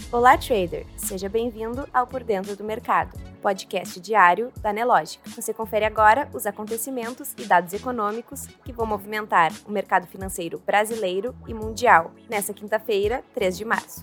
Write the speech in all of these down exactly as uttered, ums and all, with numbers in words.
Olá, trader! Seja bem-vindo ao Por Dentro do Mercado, podcast diário da Nelogica. Você confere agora os acontecimentos e dados econômicos que vão movimentar o mercado financeiro brasileiro e mundial, nesta quinta-feira, três de março.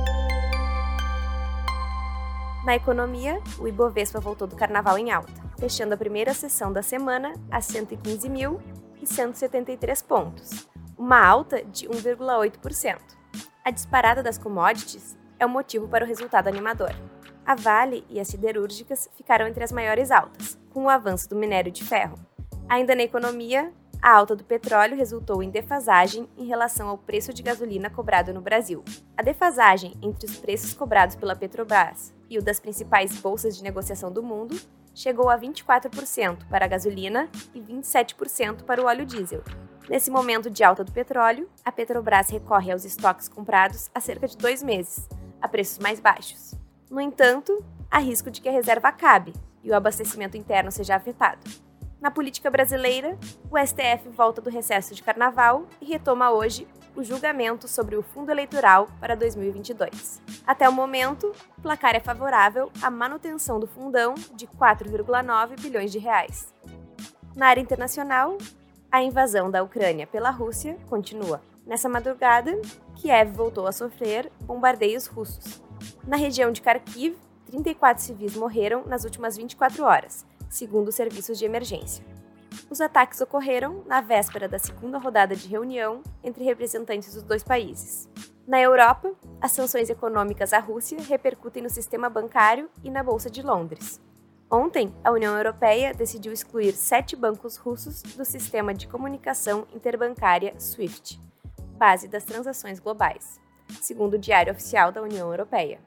Na economia, o Ibovespa voltou do carnaval em alta, fechando a primeira sessão da semana a cento e quinze mil cento e setenta e três pontos, uma alta de um vírgula oito por cento. A disparada das commodities é o motivo para o resultado animador. A Vale e as siderúrgicas ficaram entre as maiores altas, com o avanço do minério de ferro. Ainda na economia, a alta do petróleo resultou em defasagem em relação ao preço de gasolina cobrado no Brasil. A defasagem entre os preços cobrados pela Petrobras e o das principais bolsas de negociação do mundo chegou a vinte e quatro por cento para a gasolina e vinte e sete por cento para o óleo diesel. Nesse momento de alta do petróleo, a Petrobras recorre aos estoques comprados há cerca de dois meses, a preços mais baixos. No entanto, há risco de que a reserva acabe e o abastecimento interno seja afetado. Na política brasileira, o S T F volta do recesso de carnaval e retoma hoje o julgamento sobre o fundo eleitoral para dois mil e vinte e dois. Até o momento, o placar é favorável à manutenção do fundão de quatro vírgula nove bilhões de reais. Na área internacional, a invasão da Ucrânia pela Rússia continua. Nessa madrugada, Kiev voltou a sofrer bombardeios russos. Na região de Kharkiv, trinta e quatro civis morreram nas últimas vinte e quatro horas, segundo os serviços de emergência. Os ataques ocorreram na véspera da segunda rodada de reunião entre representantes dos dois países. Na Europa, as sanções econômicas à Rússia repercutem no sistema bancário e na Bolsa de Londres. Ontem, a União Europeia decidiu excluir sete bancos russos do sistema de comunicação interbancária SWIFT, base das transações globais, segundo o Diário Oficial da União Europeia.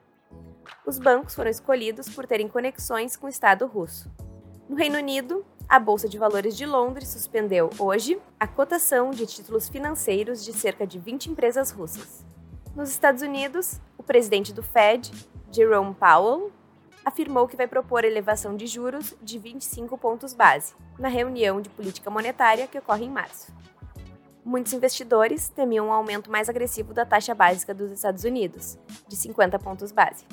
Os bancos foram escolhidos por terem conexões com o Estado russo. No Reino Unido, a Bolsa de Valores de Londres suspendeu hoje a cotação de títulos financeiros de cerca de vinte empresas russas. Nos Estados Unidos, o presidente do Fed, Jerome Powell, afirmou que vai propor elevação de juros de vinte e cinco pontos base, na reunião de política monetária que ocorre em março. Muitos investidores temiam um aumento mais agressivo da taxa básica dos Estados Unidos, de cinquenta pontos base.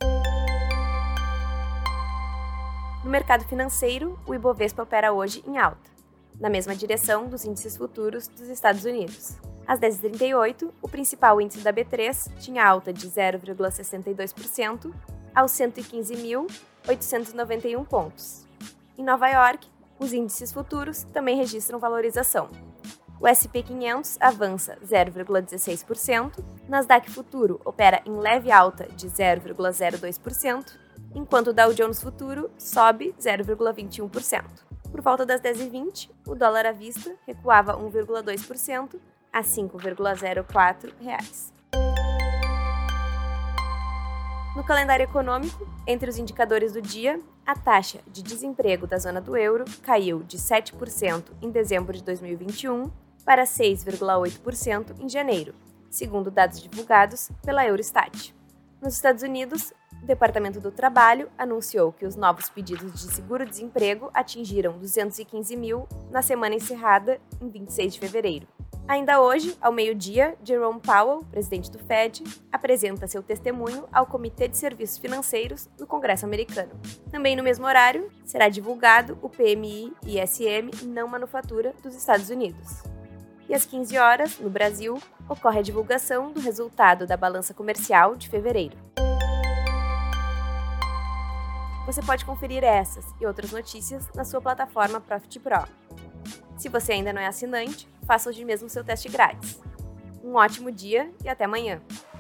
No mercado financeiro, o Ibovespa opera hoje em alta, na mesma direção dos índices futuros dos Estados Unidos. Às dez e trinta e oito, o principal índice da B três tinha alta de zero vírgula sessenta e dois por cento aos cento e quinze mil oitocentos e noventa e um pontos. Em Nova York, os índices futuros também registram valorização. O S e P quinhentos avança zero vírgula dezesseis por cento, Nasdaq Futuro opera em leve alta de zero vírgula zero dois por cento, enquanto o Dow Jones Futuro sobe zero vírgula vinte e um por cento. Por volta das dez e vinte, o dólar à vista recuava um vírgula dois por cento a cinco vírgula zero quatro reais. No calendário econômico, entre os indicadores do dia, a taxa de desemprego da zona do euro caiu de sete por cento em dezembro de dois mil e vinte e um para seis vírgula oito por cento em janeiro, segundo dados divulgados pela Eurostat. Nos Estados Unidos, o Departamento do Trabalho anunciou que os novos pedidos de seguro-desemprego atingiram duzentos e quinze mil na semana encerrada em vinte e seis de fevereiro. Ainda hoje, ao meio-dia, Jerome Powell, presidente do Fed, apresenta seu testemunho ao Comitê de Serviços Financeiros do Congresso americano. Também no mesmo horário, será divulgado o P M I I S M não manufatura dos Estados Unidos. E às quinze horas, no Brasil, ocorre a divulgação do resultado da balança comercial de fevereiro. Você pode conferir essas e outras notícias na sua plataforma Profit Pro. Se você ainda não é assinante, faça hoje mesmo seu teste grátis. Um ótimo dia e até amanhã!